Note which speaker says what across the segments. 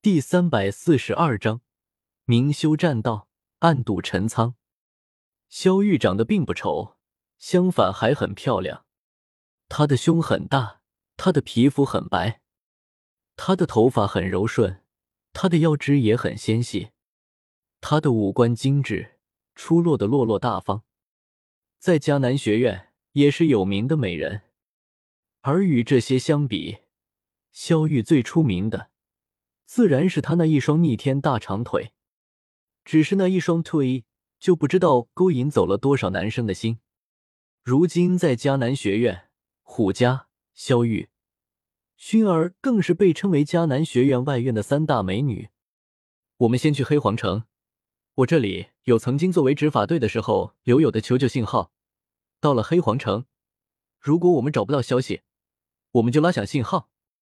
Speaker 1: 第342章明修栈道，暗度陈仓。萧玉长得并不丑，相反还很漂亮。她的胸很大，她的皮肤很白，她的头发很柔顺，她的腰肢也很纤细，她的五官精致，出落得落落大方，在迦南学院也是有名的美人。而与这些相比，萧玉最出名的自然是她那一双逆天大长腿，只是那一双腿就不知道勾引走了多少男生的心。如今在迦南学院，虎家、萧玉、薰儿更是被称为迦南学院外院的三大美女。我们先去黑皇城，我这里有曾经作为执法队的时候留有的求救信号。到了黑皇城，如果我们找不到消息，我们就拉响信号。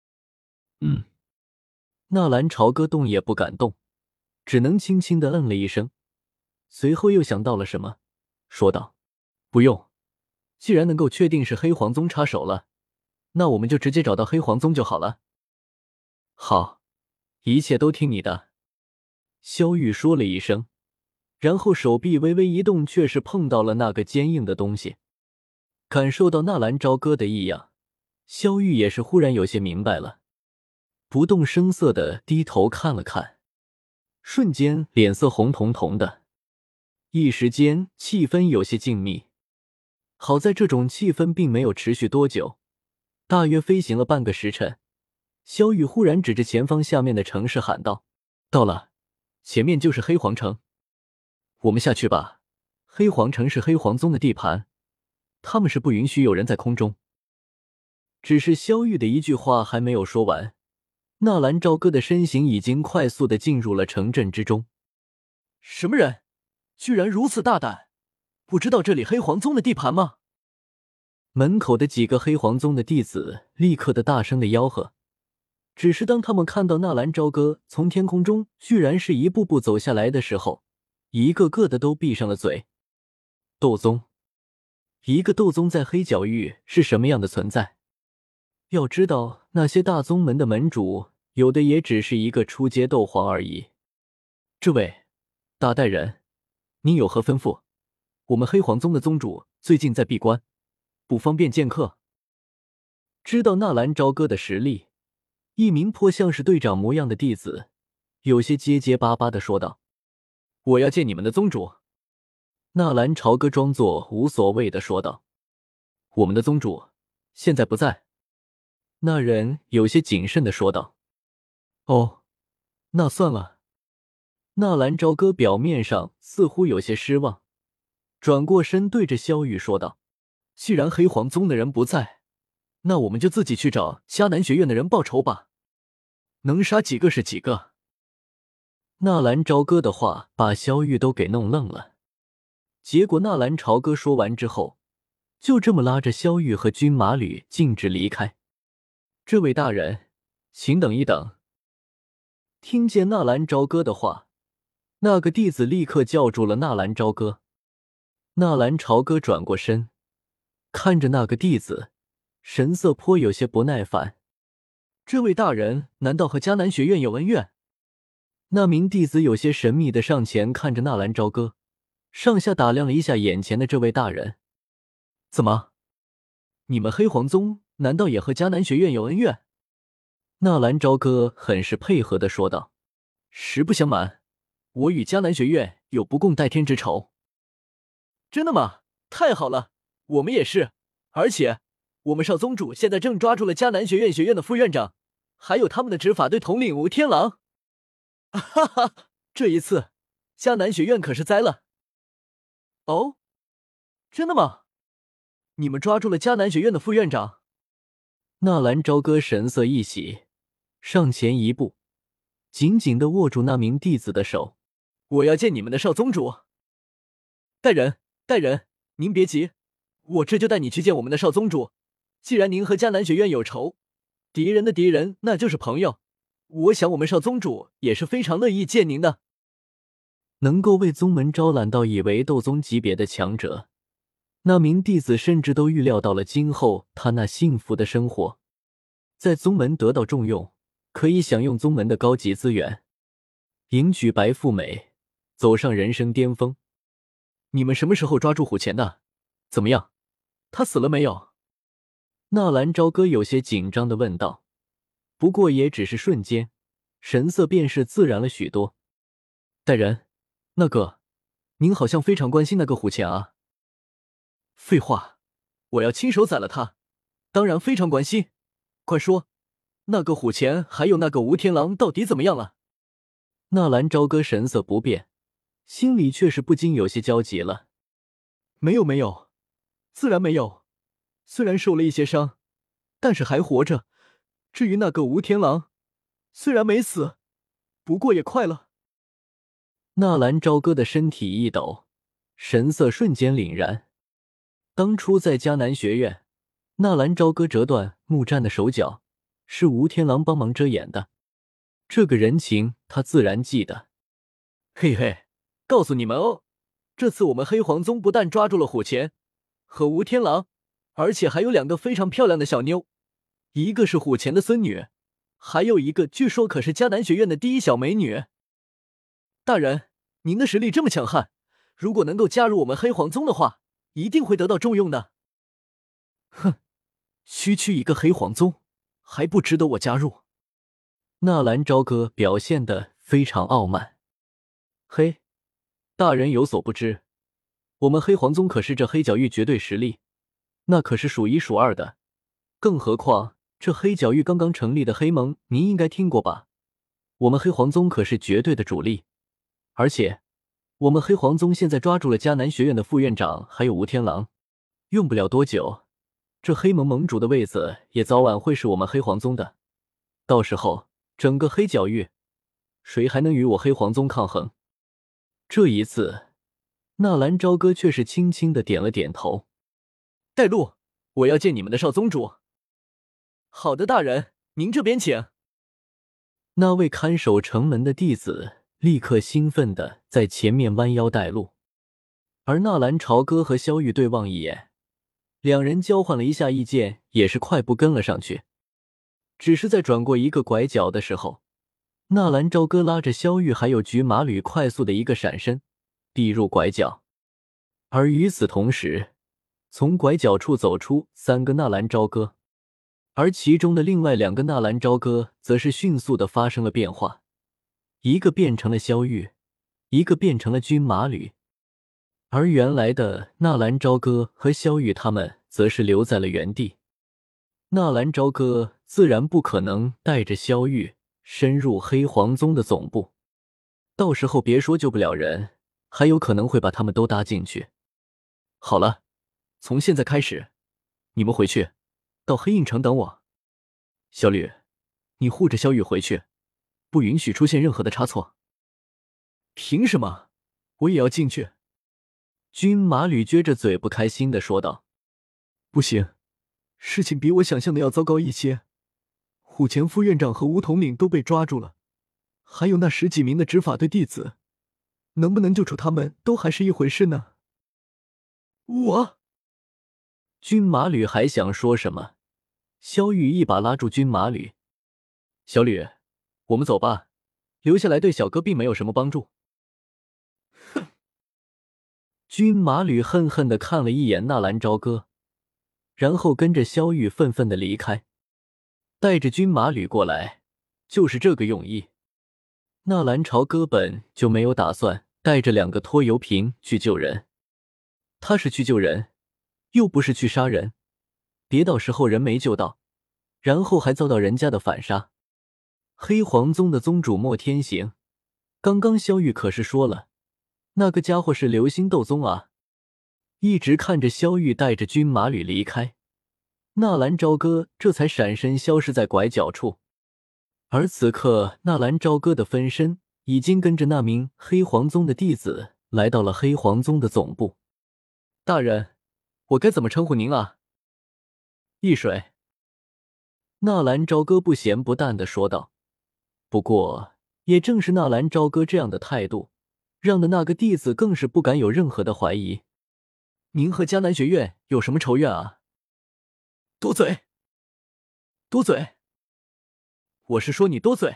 Speaker 1: 纳兰朝歌动也不敢动，只能轻轻地嗯了一声，随后又想到了什么，说道：不用，既然能够确定是黑皇宗插手了，那我们就直接找到黑皇宗就好了。好，一切都听你的。萧玉说了一声，然后手臂微微一动，却是碰到了那个坚硬的东西。感受到纳兰朝歌的异样，萧玉也是忽然有些明白了，不动声色地低头看了看，瞬间脸色红彤彤的，一时间气氛有些静谧。好在这种气氛并没有持续多久，大约飞行了半个时辰，萧玉忽然指着前方下面的城市喊道：到了，前面就是黑皇城，我们下去吧。黑皇城是黑皇宗的地盘，他们是不允许有人在空中。只是萧玉的一句话还没有说完，纳兰朝歌的身形已经快速地进入了城镇之中。什么人，居然如此大胆，不知道这里黑皇宗的地盘吗？门口的几个黑皇宗的弟子立刻的大声的吆喝，只是当他们看到纳兰朝歌从天空中居然是一步步走下来的时候，一个个的都闭上了嘴。斗宗，一个斗宗在黑角域是什么样的存在？要知道，那些大宗门的门主有的也只是一个初阶斗皇而已。这位大代人，您有何吩咐？我们黑皇宗的宗主最近在闭关，不方便见客。知道纳兰朝歌的实力，一名颇像是队长模样的弟子有些结结巴巴地说道：我要见你们的宗主。纳兰朝歌装作无所谓地说道：我们的宗主现在不在。那人有些谨慎地说道：哦，那算了。纳兰朝歌表面上似乎有些失望，转过身对着萧玉说道：既然黑皇宗的人不在，那我们就自己去找迦南学院的人报仇吧，能杀几个是几个。纳兰朝歌的话把萧玉都给弄愣了，结果纳兰朝歌说完之后，就这么拉着萧玉和军马吕径直离开。这位大人，请等一等。听见纳兰朝歌的话，那个弟子立刻叫住了纳兰朝歌。纳兰朝歌转过身，看着那个弟子，神色颇有些不耐烦。这位大人难道和迦南学院有恩怨？那名弟子有些神秘地上前看着纳兰朝歌，上下打量了一下眼前的这位大人。怎么？你们黑皇宗难道也和迦南学院有恩怨？纳兰朝歌很是配合地说道：实不相瞒，我与迦南学院有不共戴天之仇。真的吗？太好了，我们也是，而且我们少宗主现在正抓住了迦南学院的副院长，还有他们的执法队统领吴天狼。哈哈，这一次迦南学院可是栽了。哦，真的吗？你们抓住了迦南学院的副院长？纳兰朝歌神色一喜，上前一步，紧紧地握住那名弟子的手。我要见你们的少宗主。代人，您别急，我这就带你去见我们的少宗主。既然您和迦南学院有仇，敌人的敌人那就是朋友，我想我们少宗主也是非常乐意见您的。能够为宗门招揽到以为斗宗级别的强者，那名弟子甚至都预料到了今后他那幸福的生活，在宗门得到重用， 可以享用宗门的高级资源，迎娶白富美，走上人生巅峰。你们什么时候抓住虎钳的？怎么样？他死了没有？纳兰朝歌有些紧张地问道。不过也只是瞬间，神色便是自然了许多。大人，那个，您好像非常关心那个虎钳啊。废话，我要亲手宰了他，当然非常关心。快说，那个虎钳还有那个吴天狼到底怎么样了？纳兰朝歌神色不变，心里却是不禁有些焦急了。没有，自然没有。虽然受了一些伤，但是还活着。至于那个吴天狼，虽然没死，不过也快了。纳兰朝歌的身体一抖，神色瞬间凛然。当初在迦南学院，纳兰朝歌折断木战的手脚，是吴天狼帮忙遮掩的。这个人情他自然记得。嘿嘿，告诉你们哦，这次我们黑黄宗不但抓住了虎钳和吴天狼，而且还有2个非常漂亮的小妞，一个是虎钳的孙女，还有一个据说可是迦南学院的第一小美女。大人，您的实力这么强悍，如果能够加入我们黑黄宗的话，一定会得到重用的。哼，区区一个黑黄宗，还不值得我加入？纳兰朝歌表现得非常傲慢。嘿，大人有所不知，我们黑黄宗可是这黑角域绝对实力，那可是数1数2的。更何况这黑角域刚刚成立的黑盟，您应该听过吧？我们黑黄宗可是绝对的主力，而且我们黑黄宗现在抓住了迦南学院的副院长，还有吴天狼，用不了多久，这黑盟盟主的位子也早晚会是我们黑黄宗的。到时候整个黑角域，谁还能与我黑黄宗抗衡？这一次，纳兰朝歌却是轻轻的点了点头。带路，我要见你们的少宗主。好的，大人，您这边请。那位看守城门的弟子立刻兴奋地在前面弯腰带路，而纳兰朝歌和萧玉对望一眼，两人交换了一下意见，也是快步跟了上去。只是在转过一个拐角的时候，纳兰朝歌拉着萧玉还有菊马吕快速的一个闪身，避入拐角。而与此同时，从拐角处走出3个纳兰朝歌，而其中的另外2个纳兰朝歌则是迅速的发生了变化，一个变成了萧玉，一个变成了军马吕，而原来的纳兰朝歌和萧玉他们则是留在了原地。纳兰朝歌自然不可能带着萧玉深入黑黄宗的总部，到时候别说救不了人，还有可能会把他们都搭进去。好了，从现在开始，你们回去到黑印城等我。小吕，你护着萧玉回去，不允许出现任何的差错。凭什么？我也要进去。军马吕撅着嘴不开心地说道。不行，事情比我想象的要糟糕一些。虎钳副院长和吴统领都被抓住了，还有那10几名的执法队弟子，能不能救出他们都还是一回事呢。军马吕还想说什么，萧玉一把拉住军马吕。小吕，我们走吧，留下来对小哥并没有什么帮助。哼！军马吕恨恨地看了一眼纳兰朝歌，然后跟着萧玉愤愤地离开。带着军马吕过来，就是这个用意。纳兰朝歌本就没有打算带着2个拖油瓶去救人，他是去救人，又不是去杀人，别到时候人没救到，然后还遭到人家的反杀。黑黄宗的宗主莫天行，刚刚萧玉可是说了，那个家伙是流星斗宗啊。一直看着萧玉带着军马吕离开，纳兰朝歌这才闪身消失在拐角处。而此刻纳兰朝歌的分身已经跟着那名黑黄宗的弟子来到了黑黄宗的总部。大人，我该怎么称呼您啊？易水。纳兰朝歌不咸不淡地说道。不过也正是纳兰朝歌这样的态度，让的那个弟子更是不敢有任何的怀疑。您和迦南学院有什么仇怨啊？多嘴！ 我是说你多嘴。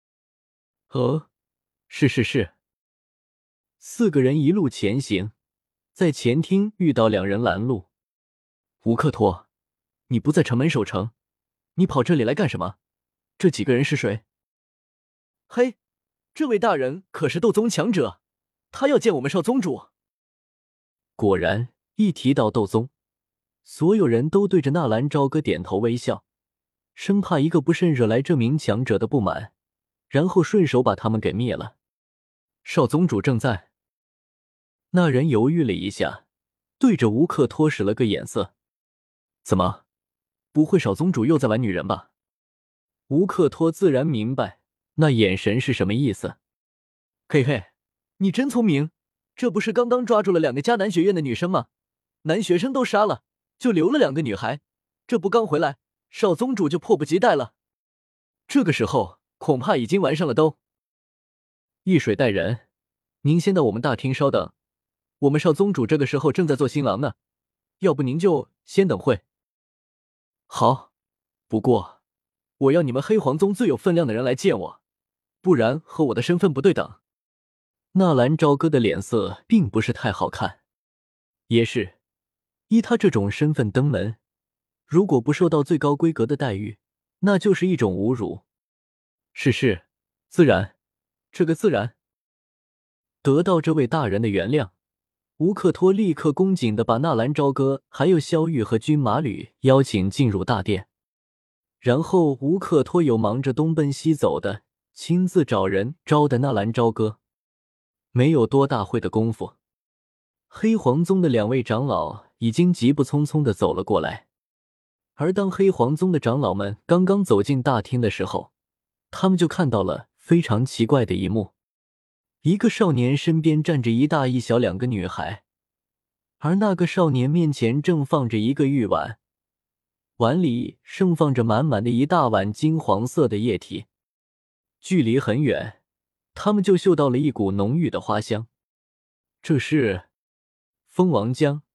Speaker 1: 是。4个人一路前行，在前厅遇到2人拦路。吴克托，你不在城门守城，你跑这里来干什么？这几个人是谁？嘿，这位大人可是斗宗强者，他要见我们少宗主。果然，一提到斗宗，所有人都对着纳兰朝歌点头微笑，生怕一个不慎惹来这名强者的不满，然后顺手把他们给灭了。少宗主正在。那人犹豫了一下，对着吴克托使了个眼色。怎么？不会少宗主又在玩女人吧？吴克托自然明白那眼神是什么意思。嘿嘿，你真聪明，这不是刚刚抓住了2个迦南学院的女生吗？男学生都杀了，就留了2个女孩，这不刚回来，少宗主就迫不及待了。这个时候恐怕已经玩上了都。易水带人，您先到我们大厅稍等，我们少宗主这个时候正在做新郎呢，要不您就先等会。好，不过我要你们黑皇宗最有分量的人来见我，不然和我的身份不对等。纳兰朝歌的脸色并不是太好看，也是，依他这种身份登门，如果不受到最高规格的待遇，那就是一种侮辱。是，自然，这个自然。得到这位大人的原谅，吴克托立刻恭谨地把纳兰朝歌还有萧玉和军马吕邀请进入大殿，然后吴克托有忙着东奔西走的，亲自找人招的纳兰朝歌。没有多大会的功夫，黑皇宗的2位长老已经急不匆匆地走了过来。而当黑皇宗的长老们刚刚走进大厅的时候，他们就看到了非常奇怪的一幕。一个少年身边站着一大一小2个女孩，而那个少年面前正放着一个玉碗，碗里盛放着满满的一大碗金黄色的液体。距离很远，他们就嗅到了一股浓郁的花香。这是蜂王浆。